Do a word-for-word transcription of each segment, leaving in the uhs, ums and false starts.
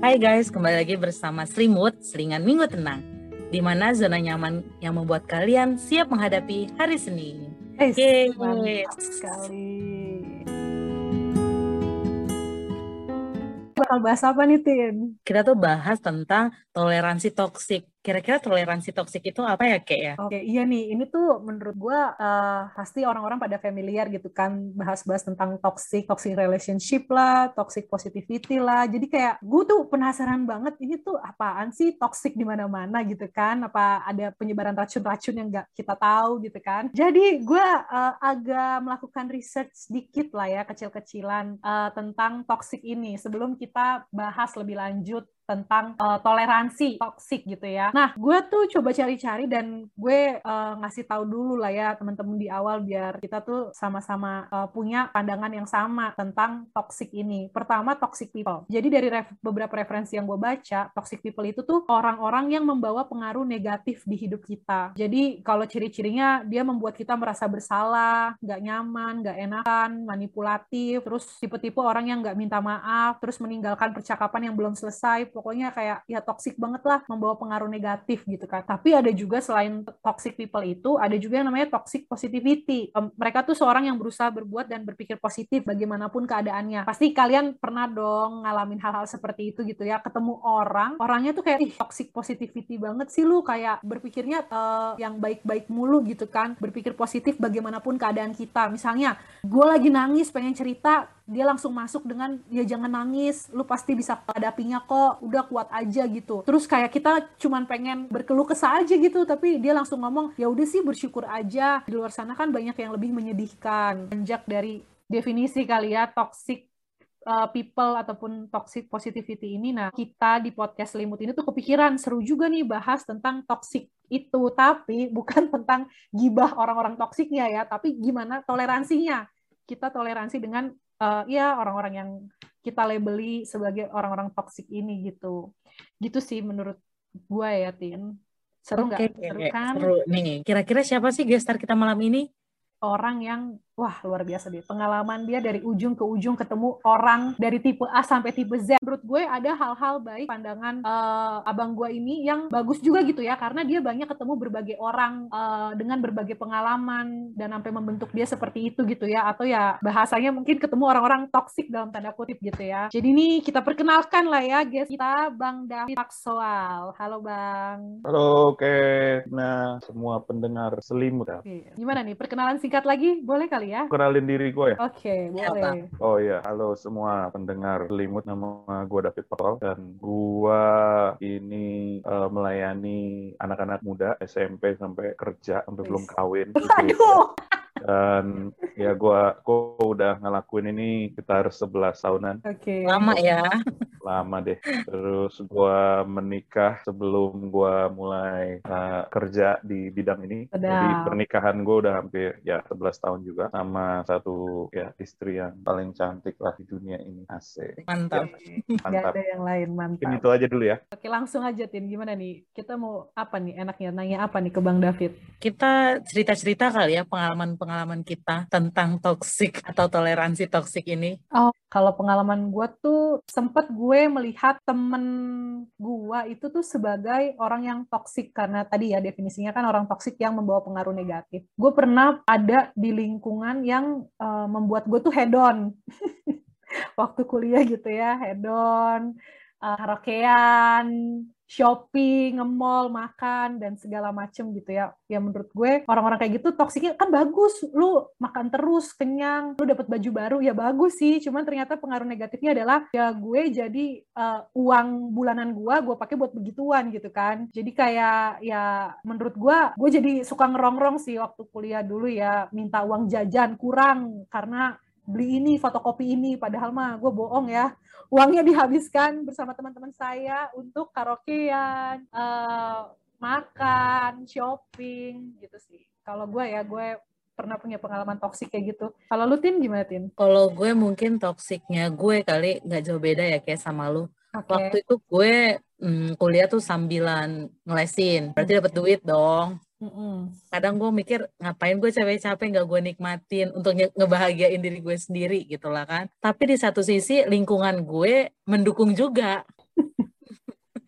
Hai guys, kembali lagi bersama Selimut, Selingan Minggu Tenang, di mana zona nyaman yang membuat kalian siap menghadapi hari Senin. Eh, Yeay. mantap sekali. Bakal bahas apa nih, Tin? Kita tuh bahas tentang toleransi toksik. Kira-kira toleransi toksik itu apa ya, Kek ya? Oke, iya nih. Ini tuh menurut gua eh, pasti orang-orang pada familiar gitu kan bahas-bahas tentang toxic, toxic relationship lah, toxic positivity lah. Jadi kayak gue tuh penasaran banget ini tuh apaan sih toxic di mana-mana gitu kan? Apa ada penyebaran racun-racun yang nggak kita tahu gitu kan? Jadi gue eh, agak melakukan research sedikit lah ya, kecil-kecilan eh, tentang toxic ini sebelum kita bahas lebih lanjut tentang uh, toleransi toksik gitu ya. Nah, gue tuh coba cari-cari dan gue uh, ngasih tahu dulu lah ya teman-teman di awal biar kita tuh sama-sama uh, punya pandangan yang sama tentang toxic ini. Pertama, toxic people. Jadi dari ref- beberapa referensi yang gue baca, toxic people itu tuh orang-orang yang membawa pengaruh negatif di hidup kita. Jadi kalau ciri-cirinya dia membuat kita merasa bersalah, nggak nyaman, nggak enakan, manipulatif, terus tipe-tipe orang yang nggak minta maaf, terus meninggalkan percakapan yang belum selesai. Pokoknya kayak ya toxic banget lah, membawa pengaruh negatif gitu kan. Tapi ada juga selain toxic people itu, ada juga yang namanya toxic positivity. Um, mereka tuh seorang yang berusaha berbuat dan berpikir positif bagaimanapun keadaannya. Pasti kalian pernah dong ngalamin hal-hal seperti itu gitu ya. Ketemu orang, orangnya tuh kayak ih toxic positivity banget sih lu, kayak berpikirnya uh, yang baik-baik mulu gitu kan. Berpikir positif bagaimanapun keadaan kita. Misalnya, gue lagi nangis pengen cerita, dia langsung masuk dengan ya jangan nangis, lu pasti bisa hadapinya kok, udah kuat aja gitu. Terus kayak kita cuman pengen berkeluh kesah aja gitu, tapi dia langsung ngomong ya udah sih bersyukur aja, di luar sana kan banyak yang lebih menyedihkan. Sejak dari definisi kali ya toxic uh, people ataupun toxic positivity ini, nah kita di podcast Selimut ini tuh kepikiran seru juga nih bahas tentang toxic itu, tapi bukan tentang gibah orang-orang toksiknya ya, tapi gimana toleransinya. Kita toleransi dengan uh, ya orang-orang yang kita labeli sebagai orang-orang toksik ini gitu. Gitu sih menurut gue ya, Tin. Seru nggak? Oke, Seru okay. kan? Seru nih. Kira-kira siapa sih gestar kita malam ini? Orang yang wah luar biasa deh, pengalaman dia dari ujung ke ujung ketemu orang dari tipe A sampai tipe Z. Menurut gue ada hal-hal baik pandangan uh, abang gue ini yang bagus juga gitu ya, karena dia banyak ketemu berbagai orang uh, dengan berbagai pengalaman dan sampai membentuk dia seperti itu gitu ya, atau ya bahasanya mungkin ketemu orang-orang toksik dalam tanda kutip gitu ya. Jadi nih kita perkenalkan lah ya guys kita, Bang David Taksoal. Halo Bang. Halo, oke. Nah, semua pendengar Selimut ya. Gimana nih perkenalan singkat lagi, boleh kali ya? Kenalin diri gue ya? Oke, okay, boleh. Oh iya, halo semua pendengar Selimut. Nama gue David Paul dan gue ini uh, melayani anak-anak muda S M P sampai kerja sampai belum kawin. Aduh. Dan ya gue gue udah ngelakuin ini sekitar sebelas tahunan. Oke. Okay. Lama ya. Lama deh. Terus gue menikah sebelum gue mulai uh, kerja di bidang ini. Sedap. Jadi pernikahan gue udah hampir ya sebelas tahun juga sama satu ya istri yang paling cantik lah di dunia ini. Asik. Mantap. Ya, Gak mantap. ada yang lain, mantap. Mungkin itu aja dulu ya. Oke, langsung aja Tin. Gimana nih? Kita mau apa nih? Enaknya nanya apa nih ke Bang David? Kita cerita-cerita kali ya pengalaman-pengalaman kita tentang toksik atau toleransi toksik ini. Oh, kalau pengalaman gue tuh sempet gue melihat temen gue itu tuh sebagai orang yang toksik, karena tadi ya definisinya kan orang toksik yang membawa pengaruh negatif. Gue pernah ada di lingkungan yang uh, membuat gue tuh hedon. Waktu kuliah gitu ya, hedon, uh, karaokean, shopping, nge-mall, makan, dan segala macem gitu ya. Ya menurut gue, orang-orang kayak gitu toksiknya kan bagus. Lu makan terus, kenyang, lu dapat baju baru, ya bagus sih. Cuman ternyata pengaruh negatifnya adalah, ya gue jadi uh, uang bulanan gue, gue pakai buat begituan gitu kan. Jadi kayak, ya menurut gue, gue jadi suka ngerongrong sih waktu kuliah dulu ya. Minta uang jajan kurang, karena beli ini, fotokopi ini, padahal mah gue bohong ya. Uangnya dihabiskan bersama teman-teman saya untuk karaokean, uh, makan, shopping, gitu sih. Kalau gue ya, gue pernah punya pengalaman toksik kayak gitu. Kalau lu, Tin, gimana, Tin? Kalau gue mungkin toksiknya gue kali nggak jauh beda ya kayak sama lu. Okay. Waktu itu gue hmm, kuliah tuh sambilan ngelesin, berarti dapat duit dong. Mm-mm. Kadang gue mikir ngapain gue capek-capek nggak gue nikmatin untuk nge- ngebahagiain diri gue sendiri gitu lah kan. Tapi di satu sisi lingkungan gue mendukung juga.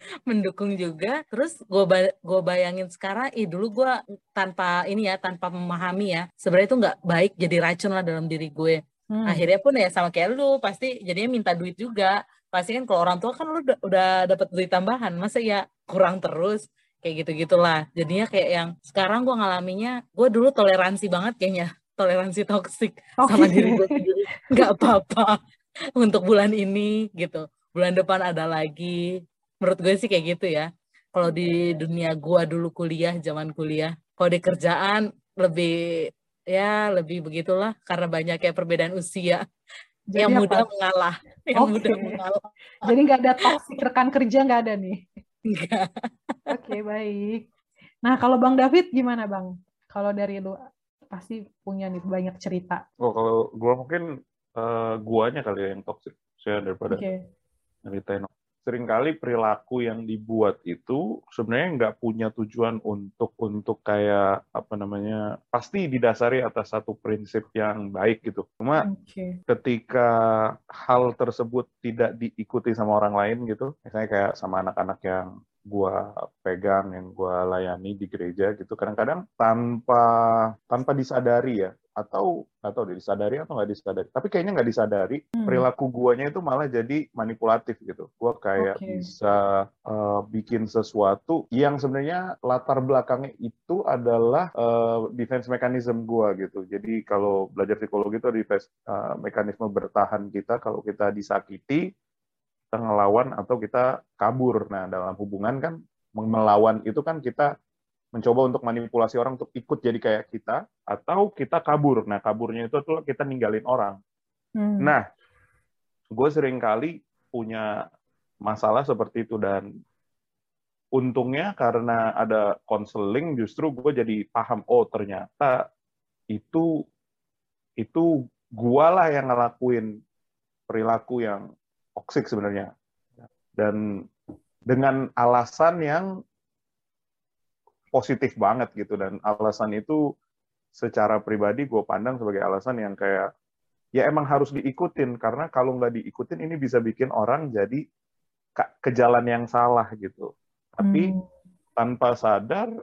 mendukung juga. Terus gue ba- gue bayangin sekarang, ih dulu gue tanpa ini ya, tanpa memahami ya, sebenarnya itu nggak baik, jadi racun lah dalam diri gue. Hmm. Akhirnya pun ya sama kayak lu, pasti jadinya minta duit juga. Pasti kan kalau orang tua kan lu udah, udah dapat duit tambahan, masa ya kurang terus, kayak gitu-gitulah. Jadinya kayak yang sekarang gue ngalaminya, gue dulu toleransi banget kayaknya, toleransi toksik sama diri gue Oke. sendiri. Nggak apa-apa untuk bulan ini gitu. Bulan depan ada lagi. Menurut gue sih kayak gitu ya. Kalau di dunia gue dulu kuliah, zaman kuliah. Kalau di kerjaan lebih ya lebih begitulah karena banyak kayak perbedaan usia. Yang Jadi muda apa? mengalah, yang muda Oke. mengalah. Jadi nggak ada toxic rekan kerja, nggak ada nih. Enggak. Oke, baik. Nah, kalau Bang David gimana, Bang? Kalau dari lu pasti punya nih banyak cerita. Oh, kalau gue mungkin uh, guanya kali ya yang toxic saya daripada Oke. nyeritain. Seringkali perilaku yang dibuat itu sebenarnya nggak punya tujuan untuk untuk kayak apa namanya, pasti didasari atas satu prinsip yang baik gitu. Cuma Oke. ketika hal tersebut tidak diikuti sama orang lain gitu, misalnya kayak sama anak-anak yang gua pegang, yang gua layani di gereja gitu, kadang-kadang tanpa tanpa disadari ya, atau nggak tahu deh disadari atau nggak disadari, tapi kayaknya nggak disadari, Hmm. perilaku guanya itu malah jadi manipulatif gitu. Gua kayak Oke. bisa uh, bikin sesuatu yang sebenarnya latar belakangnya itu adalah uh, defense mechanism gua gitu. Jadi kalau belajar psikologi itu defense uh, mekanisme bertahan kita kalau kita disakiti, kita ngelawan atau kita kabur. Nah, dalam hubungan kan melawan itu kan kita mencoba untuk manipulasi orang untuk ikut jadi kayak kita, atau kita kabur. Nah, kaburnya itu adalah kita ninggalin orang. Hmm. Nah, gue sering kali punya masalah seperti itu, dan untungnya karena ada konseling justru gue jadi paham, oh ternyata itu itu gue lah yang ngelakuin perilaku yang toksik sebenarnya. Dan dengan alasan yang positif banget gitu, dan alasan itu secara pribadi gue pandang sebagai alasan yang kayak ya emang harus diikutin, karena kalau nggak diikutin ini bisa bikin orang jadi ke jalan yang salah gitu. Tapi Hmm. tanpa sadar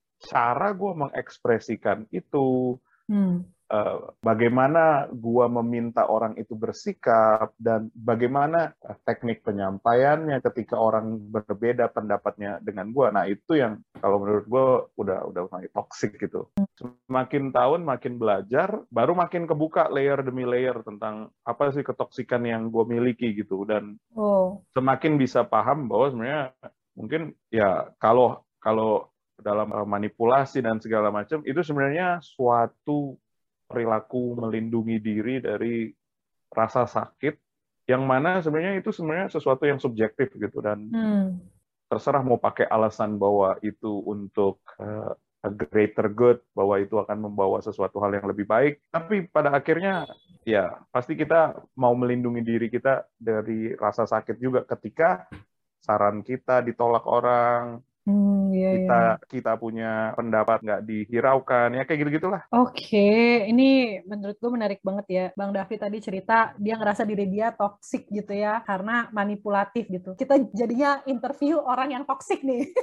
cara gue mengekspresikan itu, Hmm. Uh, bagaimana gua meminta orang itu bersikap, dan bagaimana teknik penyampaiannya ketika orang berbeda pendapatnya dengan gua. Nah, itu yang kalau menurut gua udah udah mulai toksik gitu. Semakin tahun makin belajar, baru makin kebuka layer demi layer tentang apa sih ketoksikan yang gua miliki gitu, dan Oh. semakin bisa paham bahwa sebenarnya mungkin ya kalau kalau dalam manipulasi dan segala macam itu sebenarnya suatu perilaku melindungi diri dari rasa sakit, yang mana sebenarnya itu sebenarnya sesuatu yang subjektif gitu, dan Hmm. terserah mau pakai alasan bahwa itu untuk uh, a greater good, bahwa itu akan membawa sesuatu hal yang lebih baik, tapi pada akhirnya ya pasti kita mau melindungi diri kita dari rasa sakit juga ketika saran kita ditolak orang. Hmm, iya, kita iya. kita punya pendapat nggak dihiraukan, ya kayak gitu-gitulah. Oke, ini menurut gue menarik banget ya. Bang David tadi cerita dia ngerasa diri dia toksik gitu ya, karena manipulatif gitu. Kita jadinya interview orang yang toksik nih.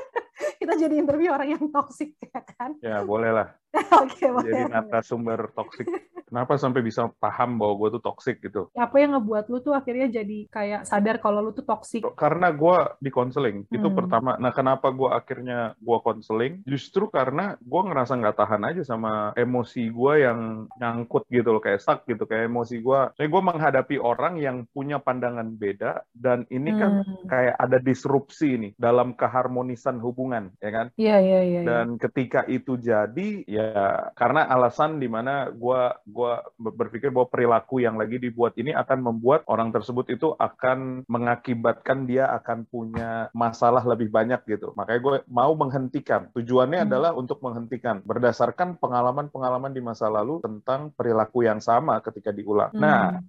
Kita jadi interview orang yang toksik ya kan? Ya boleh lah. Oke, Jadi boleh. narasumber toksik. Kenapa sampai bisa paham bahwa gue tuh toksik gitu? Apa yang ngebuat lu tuh akhirnya jadi kayak sadar kalau lu tuh toksik? Karena gue di konseling, itu Hmm. pertama. Nah, kenapa gue akhirnya gue konseling? Justru karena gue ngerasa nggak tahan aja sama emosi gue yang nyangkut gitu loh, kayak stuck gitu, kayak emosi gue. Saya gue menghadapi orang yang punya pandangan beda, dan ini kan Hmm. kayak ada disrupsi nih dalam keharmonisan hubungan, ya kan? Iya, iya, iya. Dan ketika itu jadi, ya karena alasan di mana gue gua berpikir bahwa perilaku yang lagi dibuat ini akan membuat orang tersebut itu akan mengakibatkan dia akan punya masalah lebih banyak gitu. Makanya gue mau menghentikan. Tujuannya Hmm. adalah untuk menghentikan berdasarkan pengalaman-pengalaman di masa lalu tentang perilaku yang sama ketika diulang. Hmm. Nah,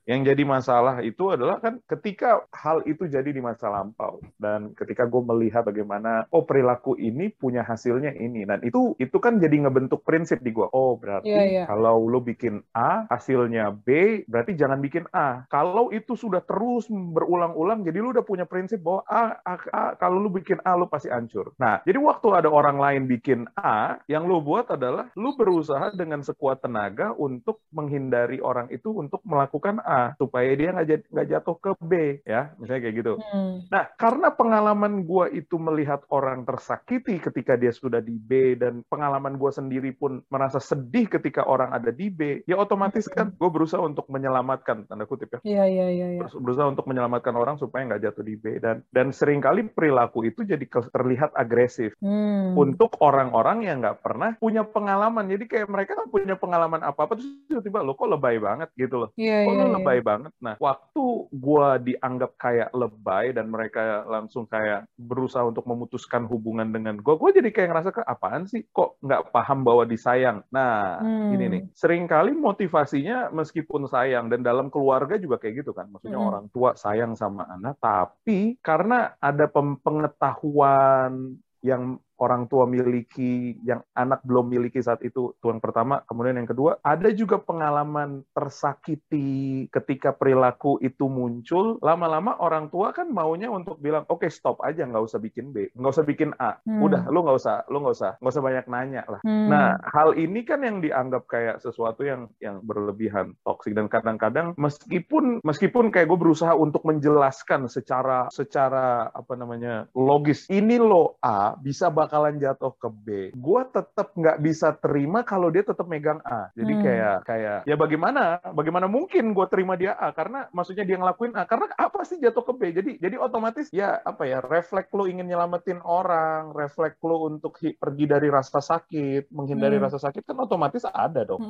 Yang jadi masalah itu adalah kan ketika hal itu jadi di masa lampau dan ketika gue melihat bagaimana oh perilaku ini punya hasilnya ini dan itu itu kan jadi ngebentuk prinsip di gue. Oh berarti Iya, iya. kalau lo bikin A hasilnya B berarti jangan bikin A. Kalau itu sudah terus berulang-ulang jadi lo udah punya prinsip bahwa A, A, A kalau lo bikin A lo pasti hancur. Nah jadi waktu ada orang lain bikin A yang lo buat adalah lo berusaha dengan sekuat tenaga untuk menghindari orang itu untuk melakukan A supaya dia nggak nggak jatuh ke B ya misalnya kayak gitu. Hmm. Nah karena pengalaman gue itu melihat orang tersakiti ketika dia sudah di B dan pengalaman gue sendiri pun merasa sedih ketika orang ada di B ya otomatis kan gue berusaha untuk menyelamatkan tanda kutip ya. Iya iya iya. Ya. Berusaha untuk menyelamatkan orang supaya nggak jatuh di B dan dan seringkali perilaku itu jadi terlihat agresif hmm. untuk orang-orang yang nggak pernah punya pengalaman. Jadi kayak mereka nggak punya pengalaman apa-apa terus tiba-tiba lo kok lebay banget gitu loh. Yeah, kok yeah, lo yeah. lebay banget. Nah, waktu gue dianggap kayak lebay dan mereka langsung kayak berusaha untuk memutuskan hubungan dengan gue, gue jadi kayak ngerasa ke apaan sih? Kok nggak paham bahwa disayang? Nah, hmm. ini nih. Seringkali motivasinya meskipun sayang dan dalam keluarga juga kayak gitu kan. Maksudnya hmm. orang tua sayang sama anak, tapi karena ada pengetahuan yang orang tua miliki, yang anak belum miliki saat itu, itu yang pertama. Kemudian yang kedua, ada juga pengalaman tersakiti ketika perilaku itu muncul. Lama-lama orang tua kan maunya untuk bilang, oke okay, stop aja, nggak usah bikin B, nggak usah bikin A. Hmm. Udah, lu nggak usah, lu nggak usah, nggak usah banyak nanya lah. Hmm. Nah, hal ini kan yang dianggap kayak sesuatu yang yang berlebihan, toksik, dan kadang-kadang meskipun meskipun kayak gue berusaha untuk menjelaskan secara secara apa namanya logis, ini lo A bisa bakalan jatuh ke B. Gue tetap nggak bisa terima kalau dia tetap megang A. Jadi hmm. kayak kayak ya bagaimana? Bagaimana mungkin gue terima dia A? Karena maksudnya dia ngelakuin A. Karena A pasti jatuh ke B. Jadi jadi otomatis ya apa ya refleks lo ingin nyelamatin orang, refleks lo untuk hi- pergi dari rasa sakit, menghindari hmm. rasa sakit kan otomatis ada dong.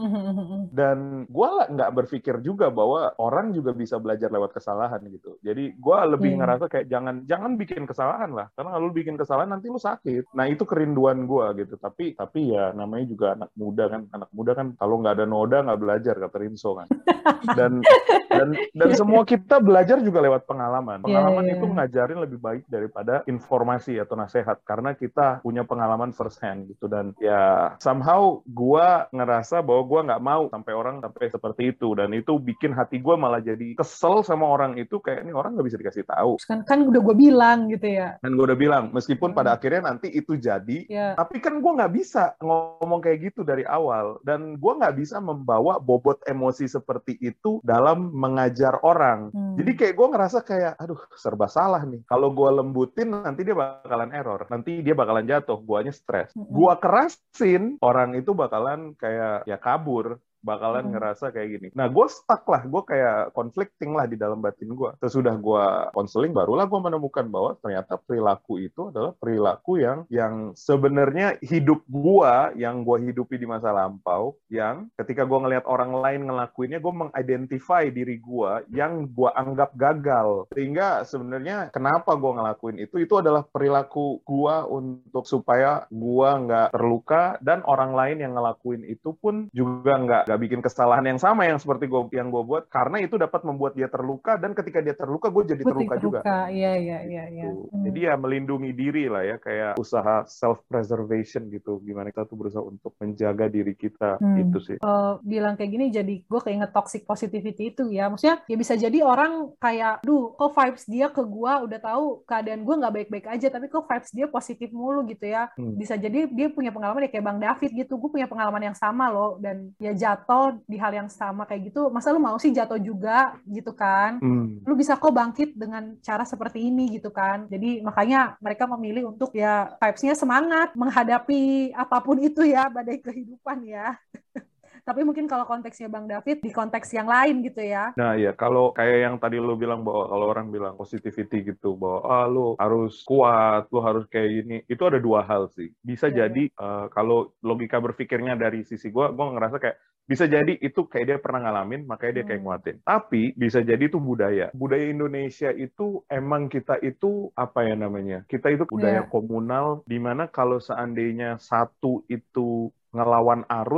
Dan gue lah nggak berpikir juga bahwa orang juga bisa belajar lewat kesalahan gitu. Jadi gue lebih hmm. ngerasa kayak jangan jangan bikin kesalahan lah. Karena kalau lu bikin kesalahan nanti lu sakit. Nah itu kerinduan gue gitu, tapi tapi ya namanya juga anak muda kan, anak muda kan kalau nggak ada noda nggak belajar kata Rinso kan, dan dan dan semua kita belajar juga lewat pengalaman. Pengalaman yeah, yeah. itu ngajarin lebih baik daripada informasi atau nasihat karena kita punya pengalaman first hand gitu dan ya somehow gue ngerasa bahwa gue nggak mau sampai orang sampai seperti itu dan itu bikin hati gue malah jadi kesel sama orang itu kayak ini orang nggak bisa dikasih tahu. Kan kan udah gue bilang gitu ya. Dan gue udah bilang meskipun hmm. pada akhirnya nanti itu jadi, yeah. tapi kan gue nggak bisa ngomong kayak gitu dari awal dan gue nggak bisa membawa bobot emosi seperti itu dalam mengajar orang. Hmm. Jadi kayak gue ngerasa kayak, aduh serba salah nih. Kalau gue lembutin nanti dia bakalan error, nanti dia bakalan jatuh, guanya stres. Hmm. Gue kerasin orang itu bakalan kayak ya kabur. Bakalan hmm. ngerasa kayak gini. Nah, gue stuck lah. Gue kayak conflicting lah di dalam batin gue. Sesudah gue konseling, barulah gue menemukan bahwa ternyata perilaku itu adalah perilaku yang yang sebenarnya hidup gue, yang gue hidupi di masa lampau, yang ketika gue ngelihat orang lain ngelakuinnya, gue mengidentify diri gue yang gue anggap gagal. Sehingga sebenarnya kenapa gue ngelakuin itu, itu adalah perilaku gue untuk supaya gue nggak terluka, dan orang lain yang ngelakuin itu pun juga nggak nggak bikin kesalahan yang sama yang seperti gue yang gue buat karena itu dapat membuat dia terluka dan ketika dia terluka gue jadi terluka, terluka juga. Iya iya iya. iya. Hmm. Jadi ya melindungi diri lah ya kayak usaha self preservation gitu. Gimana kita tuh berusaha untuk menjaga diri kita hmm. gitu sih. Uh, bilang kayak gini jadi gue keinget toxic positivity itu ya. Maksudnya ya bisa jadi orang kayak, duh kok vibes dia ke gue udah tahu keadaan gue nggak baik-baik aja tapi kok vibes dia positif mulu gitu ya. Hmm. Bisa jadi dia punya pengalaman ya kayak Bang David gitu. Gue punya pengalaman yang sama loh dan ya jatuh jatuh di hal yang sama kayak gitu, masa lu mau sih jatuh juga gitu kan? Hmm. Lu bisa kok bangkit dengan cara seperti ini gitu kan? Jadi makanya mereka memilih untuk ya vibes-nya semangat menghadapi apapun itu ya, badai kehidupan ya. Tapi mungkin kalau konteksnya Bang David di konteks yang lain gitu ya. Nah ya kalau kayak yang tadi lu bilang bahwa kalau orang bilang positivity gitu bahwa ah lu harus kuat, lu harus kayak gini, itu ada dua hal sih. Bisa yeah. jadi uh, kalau logika berpikirnya dari sisi gue, gue ngerasa kayak bisa jadi itu kayak dia pernah ngalamin, makanya dia kayak nguatin. Hmm. Tapi bisa jadi itu budaya. Budaya Indonesia itu emang kita itu apa ya namanya? Kita itu budaya yeah. komunal, di mana kalau seandainya satu itu ngelawan arus,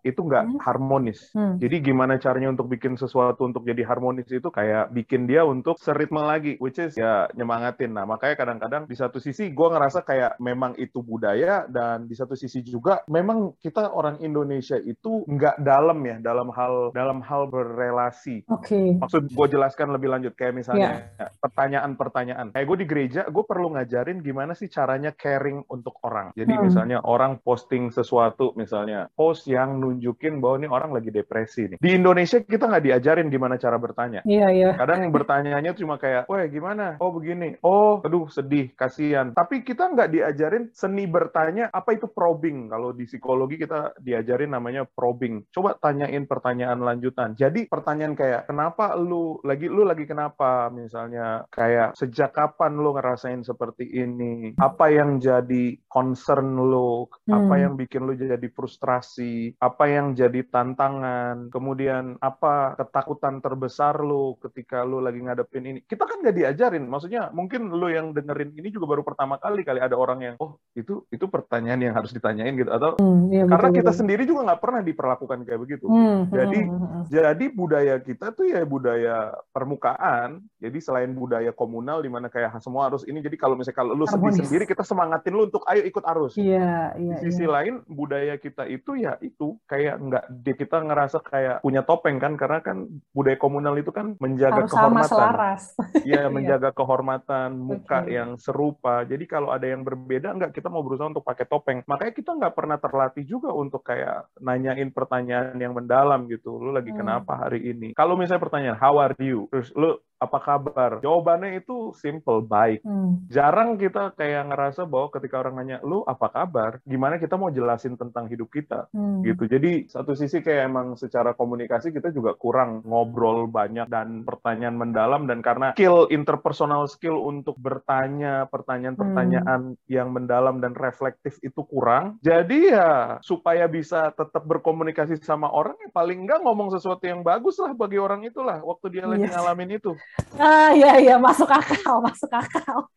itu nggak Hmm. harmonis. Hmm. Jadi gimana caranya untuk bikin sesuatu untuk jadi harmonis itu kayak bikin dia untuk seritme lagi, which is ya nyemangatin. Nah makanya kadang-kadang di satu sisi gue ngerasa kayak memang itu budaya, dan di satu sisi juga memang kita orang Indonesia itu nggak dalam ya dalam hal dalam hal berrelasi. Oke. Maksud gue jelaskan lebih lanjut, kayak misalnya Ya. pertanyaan-pertanyaan. Kayak gue di gereja, gue perlu ngajarin gimana sih caranya caring untuk orang. Jadi Hmm. misalnya orang posting sesuatu, misalnya post yang nunjukin bahwa ini orang lagi depresi nih. Di Indonesia kita nggak diajarin gimana cara bertanya. Iya, iya. Kadang bertanyanya cuma kayak, weh gimana? Oh begini. Oh, aduh sedih, kasihan. Tapi kita nggak diajarin seni bertanya, apa itu probing. Kalau di psikologi kita diajarin namanya probing. Coba tanyain pertanyaan lanjutan. Jadi pertanyaan kayak, kenapa lu lagi lu lagi kenapa? Misalnya kayak sejak kapan lu ngerasain seperti ini? Apa yang jadi concern lu? Apa Hmm. yang bikin lu jadi frustrasi? Apa yang jadi tantangan? Kemudian apa ketakutan terbesar lu ketika lu lagi ngadepin ini? Kita kan nggak diajarin. Maksudnya mungkin lu yang dengerin ini juga baru pertama kali kali ada orang yang, oh itu itu pertanyaan yang harus ditanyain gitu. Atau Hmm. Iya, karena betul, kita betul. sendiri juga nggak pernah diperlakukan kayak begitu. Hmm. Jadi Hmm. Hmm. jadi budaya kita tuh ya budaya permukaan. Jadi selain budaya komunal di mana kayak semua harus ini. Jadi kalau misalnya kalau lu sedih Harmonis. sendiri, kita semangatin lu untuk ayo ikut arus. Iya, iya, Di sisi iya. lain budaya kita itu ya itu kayak nggak di- kita ngerasa kayak punya topeng kan, karena kan budaya komunal itu kan menjaga Harus sama kehormatan. selaras. Iya, Iya. menjaga kehormatan, muka Oke. yang serupa. Jadi kalau ada yang berbeda, enggak, kita mau berusaha untuk pakai topeng. Makanya kita nggak pernah terlatih juga untuk kayak nanyain pertanyaan yang mendalam gitu. Lu lagi Hmm. kenapa hari ini? Kalau misalnya pertanyaan, how are you? Terus lu apa kabar? Jawabannya itu simple, baik. Hmm. Jarang kita kayak ngerasa bahwa ketika orang nanya, lu apa kabar? Gimana kita mau jelasin tentang hidup kita? Hmm. Gitu. Jadi satu sisi kayak emang secara komunikasi kita juga kurang ngobrol banyak dan pertanyaan mendalam, dan karena skill interpersonal skill untuk bertanya pertanyaan-pertanyaan yang mendalam dan reflektif itu kurang. Jadi ya supaya bisa tetap berkomunikasi sama orang, ya paling enggak ngomong sesuatu yang bagus lah bagi orang itulah waktu dia lagi Yes. ngalamin itu. Ah, iya, iya, masuk akal, masuk akal.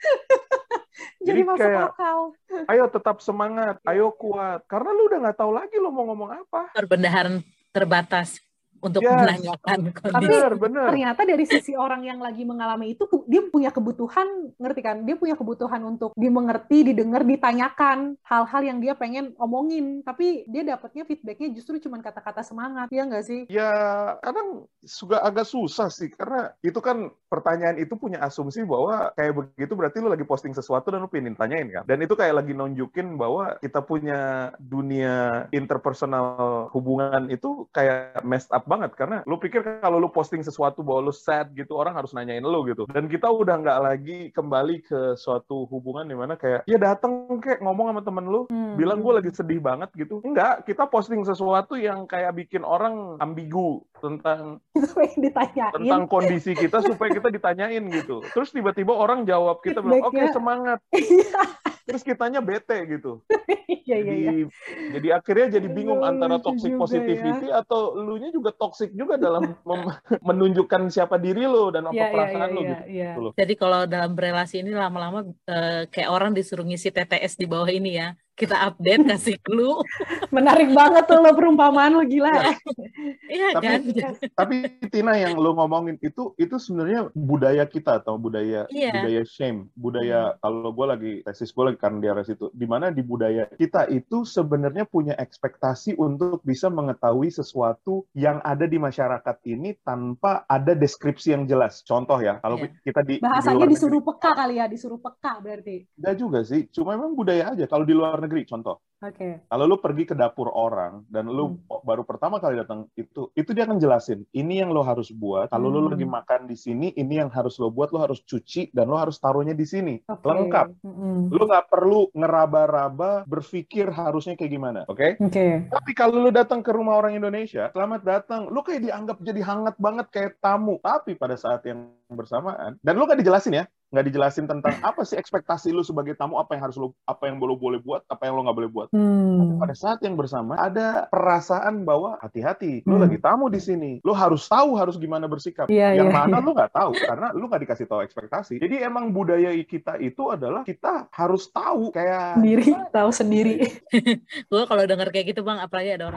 Jadi Jadi masuk kayak, akal. ayo tetap semangat, ayo kuat. Karena lu udah nggak tahu lagi lu mau ngomong apa. Perbendaharaan terbatas untuk Yes. menanyakan Tapi kondisi. Bener, bener. ternyata dari sisi orang yang lagi mengalami itu, pu- dia punya kebutuhan, ngerti kan? Dia punya kebutuhan untuk dimengerti, didengar, ditanyakan hal-hal yang dia pengen omongin. Tapi dia dapatnya feedbacknya justru cuma kata-kata semangat, ya nggak sih? Ya, kadang juga agak susah sih, karena itu kan pertanyaan itu punya asumsi bahwa kayak begitu berarti lu lagi posting sesuatu dan lu pengen tanyain kan. Dan itu kayak lagi nunjukin bahwa kita punya dunia interpersonal hubungan itu kayak messed up banget, karena lu pikir kalau lu posting sesuatu bahwa lu sad gitu, orang harus nanyain lu gitu. Dan kita udah nggak lagi kembali ke suatu hubungan di mana kayak, ya datang kayak ngomong sama temen lu, Hmm. bilang gue lagi sedih banget gitu. Enggak, kita posting sesuatu yang kayak bikin orang ambigu tentang Itu pengen ditanyain. tentang kondisi kita supaya kita ditanyain gitu. Terus tiba-tiba orang jawab, kita bilang, oke Feedbacknya. semangat. Iya, Terus kitanya bete gitu. iya, iya. Jadi, jadi akhirnya jadi bingung Aduh, antara lucu toxic juga positivity atau elunya juga toxic juga dalam mem- menunjukkan siapa diri lo dan apa Iya, iya, perasaan iya, lo iya, gitu. iya. Gitu loh. Jadi kalau dalam relasi ini lama-lama eh, kayak orang disuruh ngisi T T S di bawah ini ya. Kita update, kasih clue. Menarik banget tuh lo perumpamaan lo, gila. Yes. Iya Tapi kan? tapi Tina, yang lo ngomongin itu itu sebenarnya budaya kita atau budaya Iya. budaya shame, budaya kalau gue lagi tesis gue lagi kan di area situ, di mana di budaya kita itu sebenarnya punya ekspektasi untuk bisa mengetahui sesuatu yang ada di masyarakat ini tanpa ada deskripsi yang jelas. Contoh ya, kalau Iya. kita di, di Bahasanya luar negeri, disuruh peka kali ya, disuruh peka berarti. enggak juga sih, cuma memang budaya aja. Kalau di luar negeri, contoh. Oke. Kalau lu pergi ke dapur orang dan lu Hmm. baru pertama kali datang itu, itu dia akan jelasin, ini yang lo harus buat. Kalau lu Hmm. lagi makan di sini, ini yang harus lo buat, lo harus cuci dan lo harus taruhnya di sini. Oke. Lengkap. Mm-mm. Lu nggak perlu ngeraba-raba berpikir harusnya kayak gimana, oke? Oke. Tapi kalau lu datang ke rumah orang Indonesia, selamat datang, lu kayak dianggap jadi hangat banget kayak tamu. Tapi pada saat yang bersamaan, dan lu nggak dijelasin ya, nggak dijelasin tentang apa sih ekspektasi lu sebagai tamu, apa yang harus lu, apa yang lo boleh buat, apa yang lo nggak boleh buat. Hmm. Pada saat yang bersama ada perasaan bahwa hati-hati, lu Hmm. lagi tamu di sini, lu harus tahu harus gimana bersikap. Iya, Yang iya, mana iya. lu nggak tahu karena lu nggak dikasih tahu ekspektasi. Jadi emang budaya kita itu adalah kita harus tahu kayak Sendiri, tahu sendiri. Gue kalau denger kayak gitu bang, apalagi ada orang nih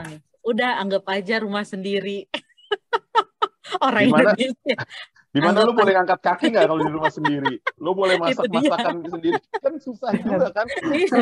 udah anggap aja rumah sendiri. Orang Gimana? Indonesia. Di mana lu Anggapan- boleh ngangkat kaki nggak kalau di rumah sendiri? Lu boleh Itu dia. masak-masakan sendiri. Kan susah juga kan?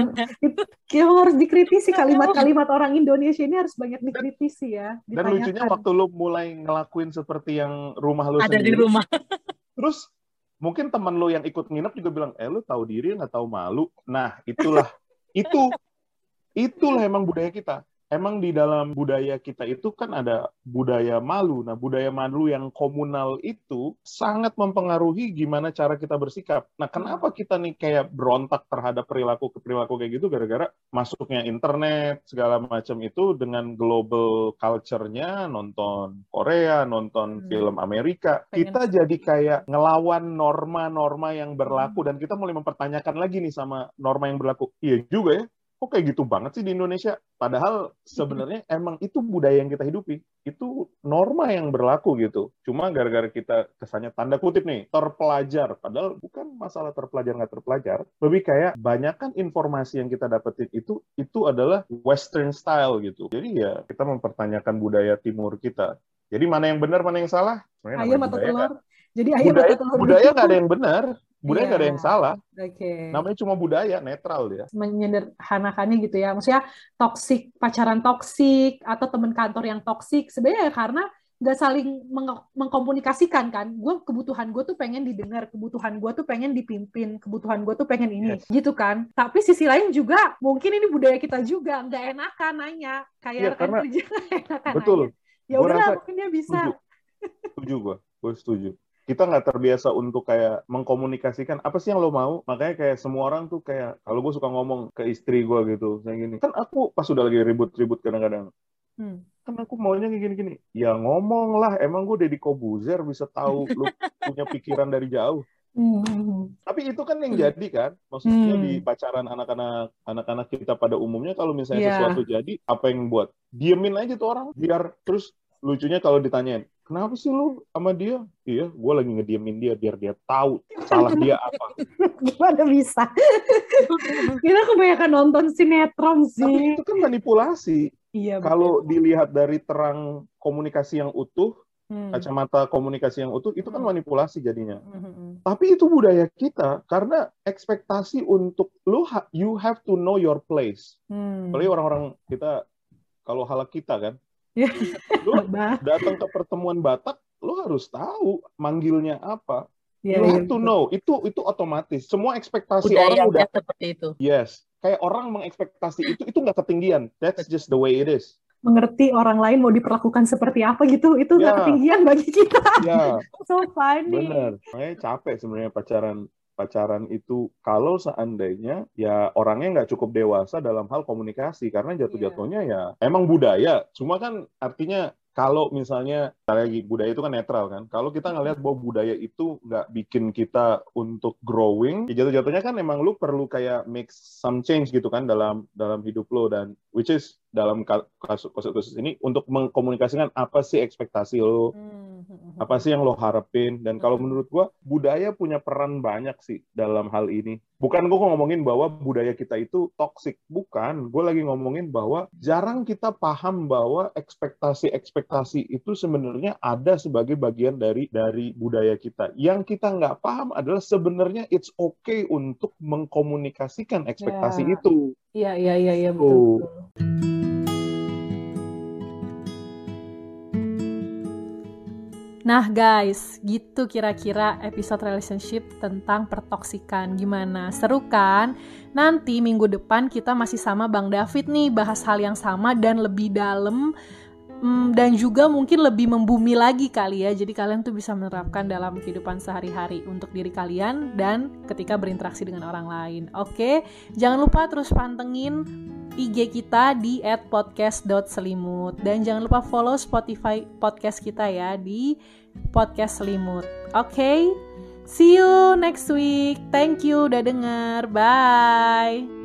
Itu yang harus dikritisi, kalimat-kalimat orang Indonesia ini harus banyak dikritisi ya. Dan lucunya ditanyakan. waktu lu mulai ngelakuin seperti yang rumah lu Ada di sendiri, rumah. terus mungkin teman lu yang ikut nginep juga bilang, eh lu tahu diri nggak tahu malu. Nah itulah, itu, itulah emang budaya kita. Emang di dalam budaya kita itu kan ada budaya malu. Nah, budaya malu yang komunal itu sangat mempengaruhi gimana cara kita bersikap. Nah, kenapa kita nih kayak berontak terhadap perilaku-perilaku kayak gitu gara-gara masuknya internet, segala macam itu dengan global culture-nya, nonton Korea, nonton Hmm. film Amerika. Pengen- Kita jadi kayak ngelawan norma-norma yang berlaku dan kita mulai mempertanyakan lagi nih sama norma yang berlaku. Iya juga ya. Kok kayak gitu banget sih di Indonesia? Padahal sebenarnya emang itu budaya yang kita hidupi. Itu norma yang berlaku gitu. Cuma gara-gara kita kesannya tanda kutip nih, terpelajar. Padahal bukan masalah terpelajar nggak terpelajar. Lebih kayak banyakkan informasi yang kita dapetin itu, itu adalah Western style gitu. Jadi ya kita mempertanyakan budaya timur kita. Jadi mana yang benar, mana yang salah? Sebenarnya Ayam namanya atau budaya telur? nggak- Jadi ayam budaya, atau telur? budaya nggak ada yang benar. Budaya nggak ada Iya. yang salah. Oke. Namanya cuma budaya, netral dia. Menyederhanakannya gitu ya. Maksudnya toksik, pacaran toksik, atau teman kantor yang toksik. Sebenarnya ya karena nggak saling meng- mengkomunikasikan kan. Gue kebutuhan gue tuh pengen didengar, kebutuhan gue tuh pengen dipimpin, kebutuhan gue tuh pengen ini, Yes. gitu kan. Tapi sisi lain juga mungkin ini budaya kita juga nggak enakan nanya, kayak Iya, rekan karena- kerja nggak enakan Betul. nanya. Ya Gua udahlah, rasa mungkin dia bisa. Setuju. Setuju gue. Gue setuju. Kita nggak terbiasa untuk kayak mengkomunikasikan apa sih yang lo mau. Makanya kayak semua orang tuh kayak, kalau gue suka ngomong ke istri gue gitu, kayak gini. Kan aku pas udah lagi ribut-ribut kadang-kadang, Hmm. kan aku maunya kayak gini-gini. Ya ngomong lah, emang gue Deddy Kobuzer bisa tahu lu punya pikiran dari jauh. Hmm. Tapi itu kan yang jadi kan, maksudnya Hmm. di pacaran anak-anak anak-anak kita pada umumnya kalau misalnya Iya. sesuatu jadi, apa yang buat? Diemin aja tuh orang, biar terus lucunya kalau ditanyain, kenapa sih lu sama dia? Iya, gue lagi ngediemin dia biar dia tahu salah dia apa. Gimana bisa? Kita kebanyakan nonton sinetron Tapi sih. itu kan manipulasi. Iya, Kalau betul. dilihat dari terang komunikasi yang utuh, Hmm. kacamata komunikasi yang utuh, itu kan Hmm. manipulasi jadinya. Hmm. Tapi itu budaya kita, karena ekspektasi untuk lu ha- you have to know your place. Hmm. Apalagi orang-orang kita, kalau halak kita kan, Ya. lu Bah. datang ke pertemuan Batak, lu harus tahu manggilnya apa. Ya, You ya, have to betul. know. Itu itu otomatis. Semua ekspektasi orang udah, Budayanya seperti itu. yes. Kayak orang mengekspektasi itu, itu nggak ketinggian. That's just the way it is. Mengerti orang lain mau diperlakukan seperti apa gitu, itu nggak Ya. ketinggian bagi kita. Ya, So funny. bener. Makanya capek sebenarnya pacaran pacaran itu kalau seandainya ya orangnya nggak cukup dewasa dalam hal komunikasi, karena jatuh-jatuhnya ya emang budaya. Cuma kan artinya kalau misalnya lagi budaya itu kan netral kan. Kalau kita ngelihat bahwa budaya itu nggak bikin kita untuk growing, ya jatuh-jatuhnya kan emang lu perlu kayak make some change gitu kan dalam dalam hidup lo, dan which is dalam ka- kasus kasus ini untuk mengkomunikasikan apa sih ekspektasi lo, Hmm, hmm, hmm. apa sih yang lo harapin. Dan kalau menurut gua budaya punya peran banyak sih dalam hal ini. Bukan gua ngomongin bahwa budaya kita itu toksik, bukan. Gua lagi ngomongin bahwa jarang kita paham bahwa ekspektasi-ekspektasi itu sebenarnya ada sebagai bagian dari dari budaya kita. Yang kita nggak paham adalah sebenarnya it's okay untuk mengkomunikasikan ekspektasi Ya. itu. Iya, iya, iya, iya, betul, Oh. betul. Nah guys, gitu kira-kira episode relationship tentang pertoksikan. Gimana? Seru kan? Nanti minggu depan kita masih sama Bang David nih, bahas hal yang sama dan lebih dalam, hmm, dan juga mungkin lebih membumi lagi kali ya. Jadi kalian tuh bisa menerapkan dalam kehidupan sehari-hari untuk diri kalian dan ketika berinteraksi dengan orang lain. Oke, jangan lupa terus pantengin I G kita di et podcast dot selimut, dan jangan lupa follow Spotify podcast kita ya di Podcast Selimut. Oke, okay? See you next week. Thank you udah denger. Bye.